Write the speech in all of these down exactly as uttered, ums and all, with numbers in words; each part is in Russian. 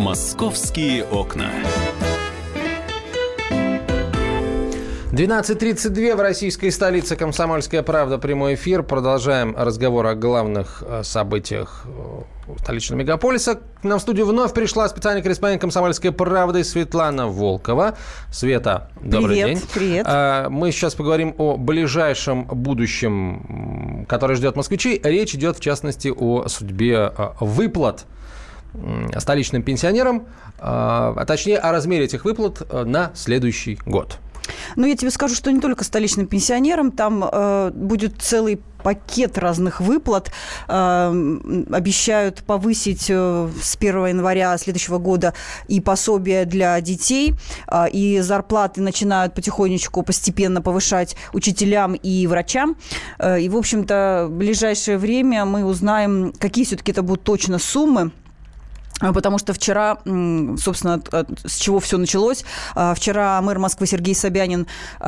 «Московские окна». двенадцать тридцать два в российской столице. «Комсомольская правда». Прямой эфир. Продолжаем разговор о главных событиях столичного мегаполиса. К нам в студию вновь пришла специальный корреспондент «Комсомольской правды» Светлана Волкова. Света, добрый привет, день. Привет. Мы сейчас поговорим о ближайшем будущем, которое ждет москвичей. Речь идет, в частности, о судьбе выплат столичным пенсионерам, а точнее о размере этих выплат на следующий год. Ну, я тебе скажу, что не только столичным пенсионерам, там э, будет целый пакет разных выплат. Э, обещают повысить э, с первого января следующего года и пособия для детей, э, и зарплаты начинают потихонечку, постепенно повышать учителям и врачам. Э, и, в общем-то, в ближайшее время мы узнаем, какие все-таки это будут точно суммы. Потому что вчера, собственно, с чего все началось, вчера мэр Москвы Сергей Собянин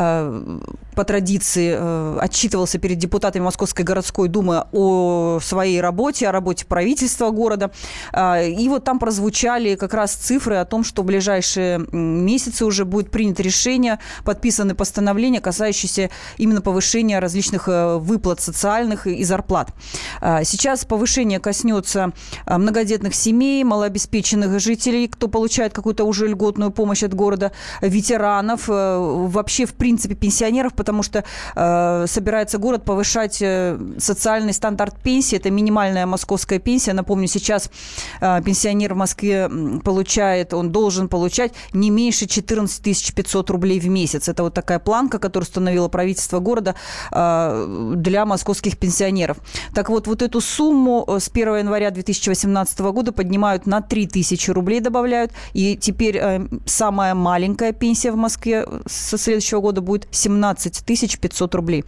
по традиции отчитывался перед депутатами Московской городской думы о своей работе, о работе правительства города. И вот там прозвучали как раз цифры о том, что в ближайшие месяцы уже будет принято решение, подписаны постановления, касающиеся именно повышения различных выплат социальных и зарплат. Сейчас повышение коснется многодетных семей, малообеспеченных жителей, кто получает какую-то уже льготную помощь от города, ветеранов, вообще, в принципе, пенсионеров, потому что э, собирается город повышать э, социальный стандарт пенсии. Это минимальная московская пенсия. Напомню, сейчас э, пенсионер в Москве получает, он должен получать не меньше четырнадцать тысяч пятьсот рублей в месяц. Это вот такая планка, которую установило правительство города э, для московских пенсионеров. Так вот, вот эту сумму с первого января две тысячи восемнадцатого года поднимают на три тысячи рублей, добавляют. И теперь э, самая маленькая пенсия в Москве со следующего года будет семнадцать тысяч пятьсот рублей.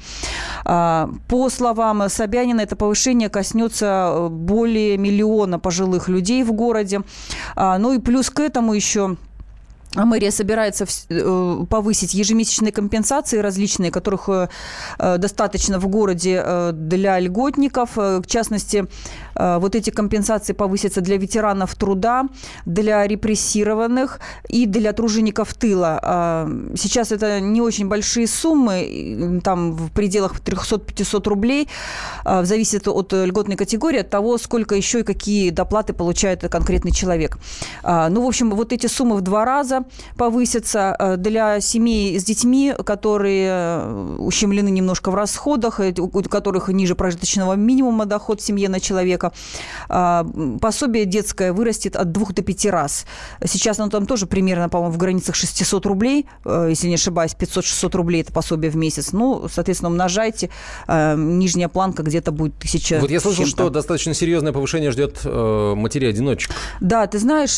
По словам Собянина, это повышение коснется более миллиона пожилых людей в городе. Ну и плюс к этому еще мэрия собирается повысить ежемесячные компенсации различные, которых достаточно в городе для льготников. В частности, вот эти компенсации повысятся для ветеранов труда, для репрессированных и для тружеников тыла. Сейчас это не очень большие суммы, там в пределах триста-пятьсот рублей, зависит от льготной категории, от того, сколько еще и какие доплаты получает конкретный человек. Ну, в общем, вот эти суммы в два раза повысятся для семей с детьми, которые ущемлены немножко в расходах, у которых ниже прожиточного минимума доход в семье на человека. Пособие детское вырастет от двух до пяти раз. Сейчас оно там тоже примерно, по-моему, в границах шестьсот рублей, если не ошибаюсь, пятьсот-шестьсот рублей это пособие в месяц. Ну, соответственно, умножайте. Нижняя планка где-то будет тысяча. Вот я слышал, что достаточно серьезное повышение ждет матерей-одиночек. Да, ты знаешь,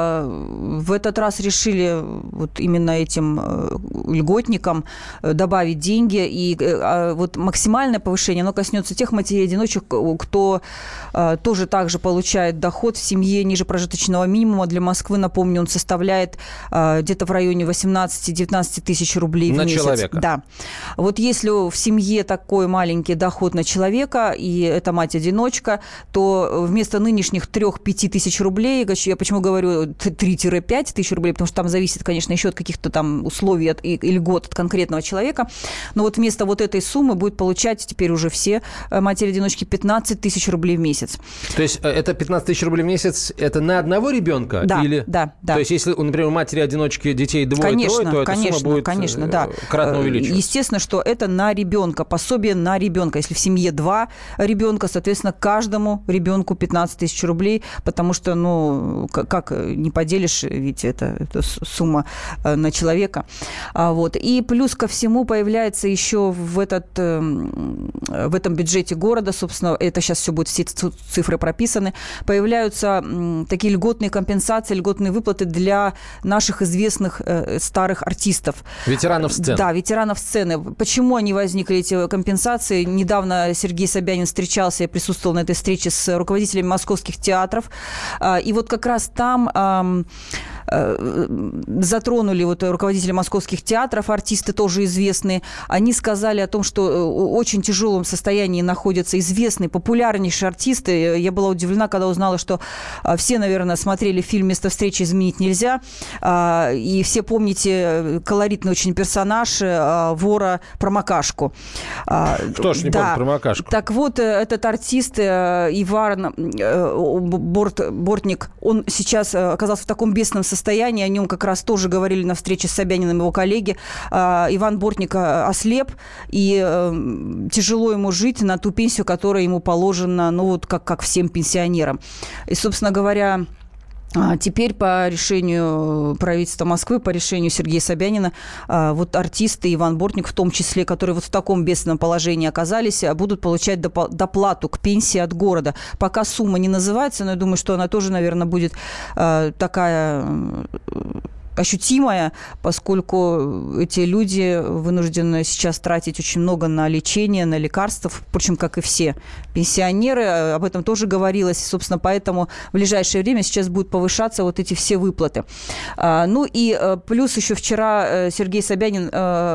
в этот раз решили вот именно этим льготникам добавить деньги. И вот максимальное повышение, оно коснется тех матерей-одиночек, кто тоже также получает доход в семье ниже прожиточного минимума. Для Москвы, напомню, он составляет где-то в районе восемнадцать-девятнадцать тысяч рублей на в месяц. Человека. Да. Вот если в семье такой маленький доход на человека, и это мать-одиночка, то вместо нынешних три-пять тысяч рублей, я почему говорю три-пять тысяч рублей, потому что там зависит, конечно, еще от каких-то там условий от, и, и льгот от конкретного человека. Но вот вместо вот этой суммы будет получать теперь уже все матери-одиночки пятнадцать тысяч рублей в месяц. То есть это пятнадцать тысяч рублей в месяц, это на одного ребенка? Да, или... да, да. То есть если, например, у матери-одиночки детей двое-трое, то конечно, эта сумма будет конечно, да. кратно увеличиваться? Естественно, что это на ребенка, пособие на ребенка. Если в семье два ребенка, соответственно, каждому ребенку пятнадцать тысяч рублей, потому что, ну, как не поделишь, ведь это, это сумма на человека. Вот. И плюс ко всему появляется еще в, этот, в этом бюджете города, собственно, это сейчас все будет, все цифры прописаны, появляются такие льготные компенсации, льготные выплаты для наших известных старых артистов. Ветеранов сцены. Да, ветеранов сцены. Почему они возникли, эти компенсации? Недавно Сергей Собянин встречался, я присутствовал на этой встрече с руководителями московских театров. И вот как раз там затронули вот руководители московских театров, артисты тоже известные. Они сказали о том, что в очень тяжелом состоянии находятся известные, популярнейшие артисты. Я была удивлена, когда узнала, что все, наверное, смотрели фильм «Место встречи изменить нельзя». И все помните колоритный очень персонаж вора Промокашку. Кто ж не да. помнит Промокашку? Так вот, этот артист Иван Борт, Бортник, он сейчас оказался в таком бедственном состоянии. О нем как раз тоже говорили на встрече с Собяниным его коллеги. Иван Бортник ослеп, и тяжело ему жить на ту пенсию, которая ему положена, ну вот как, как всем пенсионерам. И, собственно говоря, теперь по решению правительства Москвы, по решению Сергея Собянина, вот артисты, Иван Бортник в том числе, которые вот в таком бедственном положении оказались, будут получать доплату к пенсии от города. Пока сумма не называется, но я думаю, что она тоже, наверное, будет такая ощутимая, поскольку эти люди вынуждены сейчас тратить очень много на лечение, на лекарства, впрочем, как и все пенсионеры. Об этом тоже говорилось. Собственно, поэтому в ближайшее время сейчас будут повышаться вот эти все выплаты. Ну и плюс еще вчера Сергей Собянин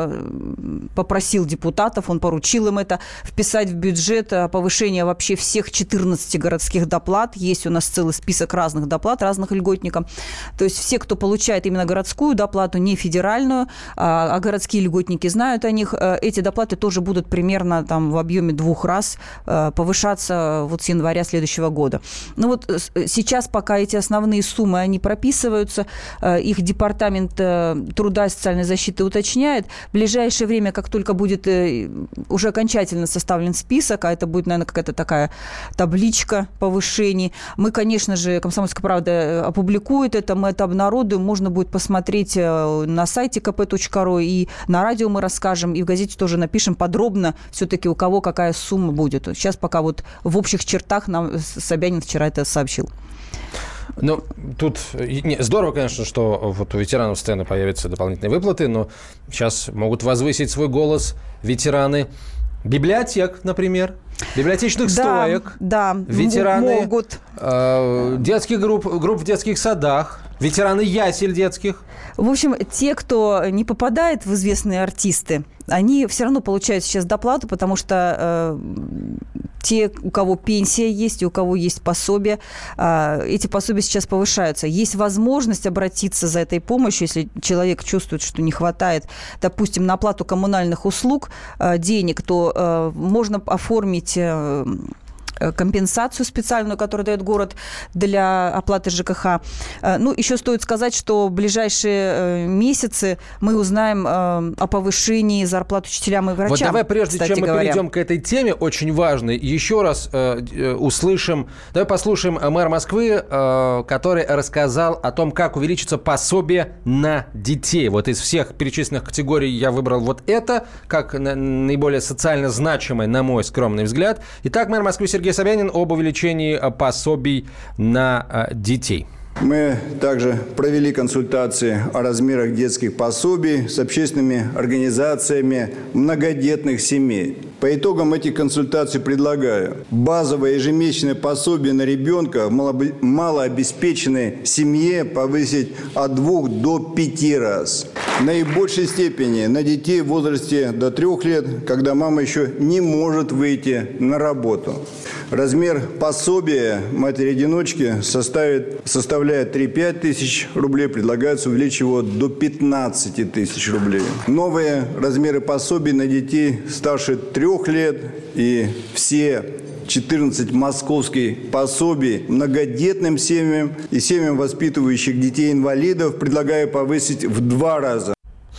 попросил депутатов, он поручил им это, вписать в бюджет повышение вообще всех четырнадцати городских доплат. Есть у нас целый список разных доплат, разных льготникам. То есть все, кто получает именно городскую доплату, не федеральную, а городские льготники знают о них, эти доплаты тоже будут примерно там в объеме двух раз повышаться вот с января следующего года. Ну вот сейчас пока эти основные суммы, они прописываются, их департамент труда и социальной защиты уточняет. В ближайшее время, как только будет уже окончательно составлен список, а это будет, наверное, какая-то такая табличка повышений, мы, конечно же, «Комсомольская правда» опубликует это, мы это обнародуем, можно будет посмотреть на сайте ка пэ точка ру, и на радио мы расскажем, и в газете тоже напишем подробно все-таки, у кого какая сумма будет. Сейчас пока вот в общих чертах нам Собянин вчера это сообщил. Ну, тут не, здорово, конечно, что вот у ветеранов сцены появятся дополнительные выплаты, но сейчас могут возвысить свой голос ветераны библиотек, например, библиотечных да, стоек, да, ветераны могут. Э, детских групп, групп в детских садах, ветераны ясель детских. В общем, те, кто не попадает в известные артисты, они все равно получают сейчас доплату, потому что э, те, у кого пенсия есть, и у кого есть пособие, э, эти пособия сейчас повышаются. Есть возможность обратиться за этой помощью, если человек чувствует, что не хватает, допустим, на оплату коммунальных услуг э, денег, то э, можно оформить э, компенсацию специальную, которую дает город для оплаты жэ ка ха. Ну, еще стоит сказать, что в ближайшие месяцы мы узнаем о повышении зарплат учителям и врачам. Вот давай, прежде чем мы говоря. перейдем к этой теме, очень важной, еще раз э, услышим, давай послушаем мэра Москвы, э, который рассказал о том, как увеличится пособие на детей. Вот из всех перечисленных категорий я выбрал вот это, как на, наиболее социально значимое, на мой скромный взгляд. Итак, мэр Москвы Сергей Собянин об увеличении пособий на детей. Мы также провели консультации о размерах детских пособий с общественными организациями многодетных семей. По итогам этих консультаций предлагаю базовое ежемесячное пособие на ребенка в малообеспеченной семье повысить от двух до пяти раз. В наибольшей степени на детей в возрасте до трех лет, когда мама еще не может выйти на работу. Размер пособия матери-одиночки составит, составляет три-пять тысяч рублей, предлагается увеличить его до пятнадцати тысяч рублей. Новые размеры пособий на детей старше трех лет и все четырнадцать московских пособий многодетным семьям и семьям, воспитывающих детей-инвалидов, предлагаю повысить в два раза.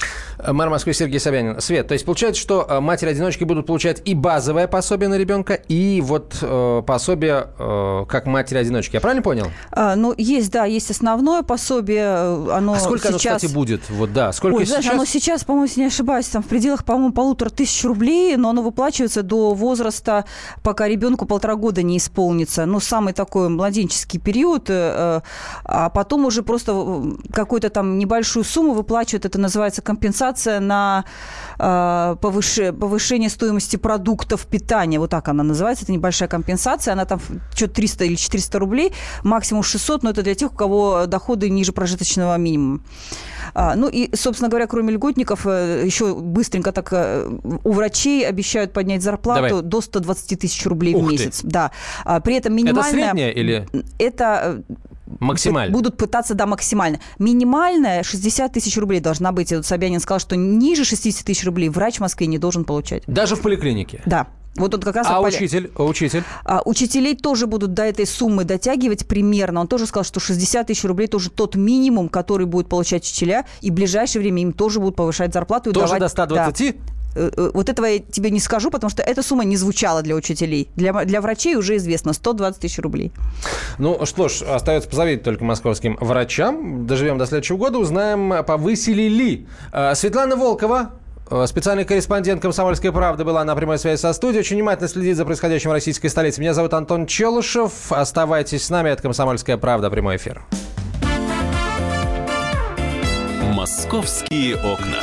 Мэр Москвы Сергей Собянин. Свет, то есть получается, что матери-одиночки будут получать и базовое пособие на ребенка, и вот э, пособие э, как матери-одиночки. Я правильно понял? А, ну, есть, да, есть основное пособие. Оно а сколько сейчас... оно, кстати, будет? Вот, да. Сколько Ой, сейчас? знаешь, оно сейчас, по-моему, если не ошибаюсь, там в пределах, по-моему, полутора тысяч рублей, но оно выплачивается до возраста, пока ребенку полтора года не исполнится. Ну, самый такой младенческий период. Э, а потом уже просто какую-то там небольшую сумму выплачивают. Это называется компенсация компенсация на повышение стоимости продуктов питания. Вот так она называется. Это небольшая компенсация. Она там что-то триста или четыреста рублей, максимум шестьсот, но это для тех, у кого доходы ниже прожиточного минимума. Ну и, собственно говоря, кроме льготников, еще быстренько так у врачей обещают поднять зарплату Давай. до сто двадцать тысяч рублей Ух в месяц. Ты. Да. При этом минимальная... Это средняя или... Это... Максимально. Будут пытаться, да, максимально. Минимальная шестьдесят тысяч рублей должна быть. Вот Собянин сказал, что ниже шестьдесят тысяч рублей врач в Москве не должен получать. Даже в поликлинике? Да. Вот он как раз а поля... учитель? А учитель? А, учителей тоже будут до этой суммы дотягивать примерно. Он тоже сказал, что шестьдесят тысяч рублей тоже тот минимум, который будут получать учителя. И в ближайшее время им тоже будут повышать зарплату. И тоже давать... до ста двадцати? Да. Вот этого я тебе не скажу, потому что эта сумма не звучала для учителей. Для, для врачей уже известно сто двадцать тысяч рублей. Ну что ж, остается позаветить только московским врачам. Доживем до следующего года, узнаем, повысили ли. Светлана Волкова, специальный корреспондент «Комсомольской правды», была на прямой связи со студией. Очень внимательно следит за происходящим в российской столице. Меня зовут Антон Челышев. Оставайтесь с нами. Это «Комсомольская правда». Прямой эфир. «Московские окна».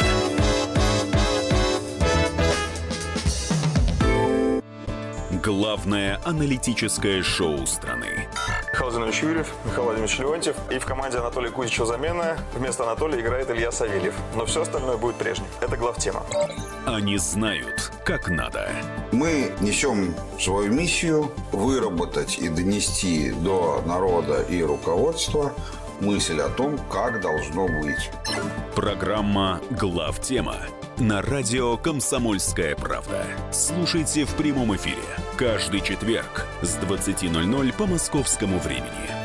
Главное аналитическое шоу страны. Михаил Владимирович Юрьев, Михаил Владимирович Леонтьев. И в команде Анатолия Кузичева замена. Вместо Анатолия играет Илья Савельев. Но все остальное будет прежним. Это главтема. Они знают, как надо. Мы несем свою миссию выработать и донести до народа и руководства мысль о том, как должно быть. Программа «Главтема» на радио «Комсомольская правда». Слушайте в прямом эфире каждый четверг с двадцати ноль-ноль по московскому времени.